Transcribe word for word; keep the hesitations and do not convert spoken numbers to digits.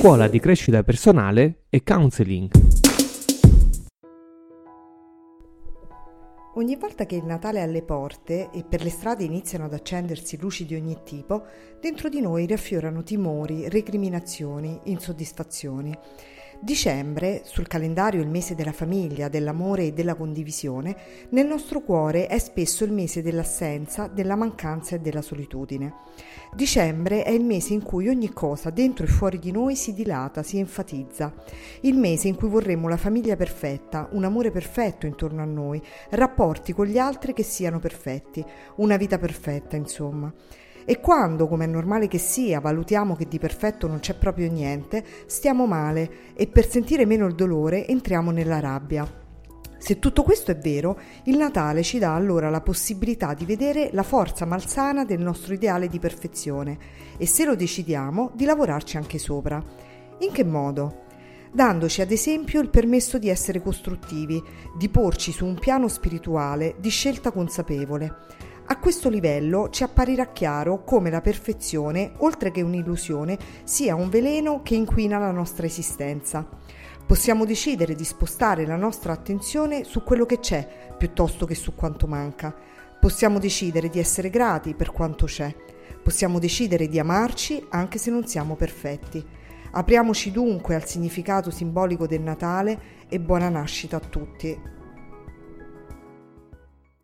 scuola di crescita personale e counseling. Ogni volta che il Natale è alle porte e per le strade iniziano ad accendersi luci di ogni tipo, dentro di noi riaffiorano timori, recriminazioni, insoddisfazioni. Dicembre, sul calendario il mese della famiglia, dell'amore e della condivisione, nel nostro cuore è spesso il mese dell'assenza, della mancanza e della solitudine. Dicembre è il mese in cui ogni cosa dentro e fuori di noi si dilata, si enfatizza. Il mese in cui vorremmo la famiglia perfetta, un amore perfetto intorno a noi, rapporti con gli altri che siano perfetti, una vita perfetta, insomma. E quando, come è normale che sia, valutiamo che di perfetto non c'è proprio niente, stiamo male e per sentire meno il dolore entriamo nella rabbia. Se tutto questo è vero, il Natale ci dà allora la possibilità di vedere la forza malsana del nostro ideale di perfezione e, se lo decidiamo, di lavorarci anche sopra. In che modo? Dandoci ad esempio il permesso di essere costruttivi, di porci su un piano spirituale di scelta consapevole. A questo livello ci apparirà chiaro come la perfezione, oltre che un'illusione, sia un veleno che inquina la nostra esistenza. Possiamo decidere di spostare la nostra attenzione su quello che c'è, piuttosto che su quanto manca. Possiamo decidere di essere grati per quanto c'è. Possiamo decidere di amarci anche se non siamo perfetti. Apriamoci dunque al significato simbolico del Natale e buona nascita a tutti.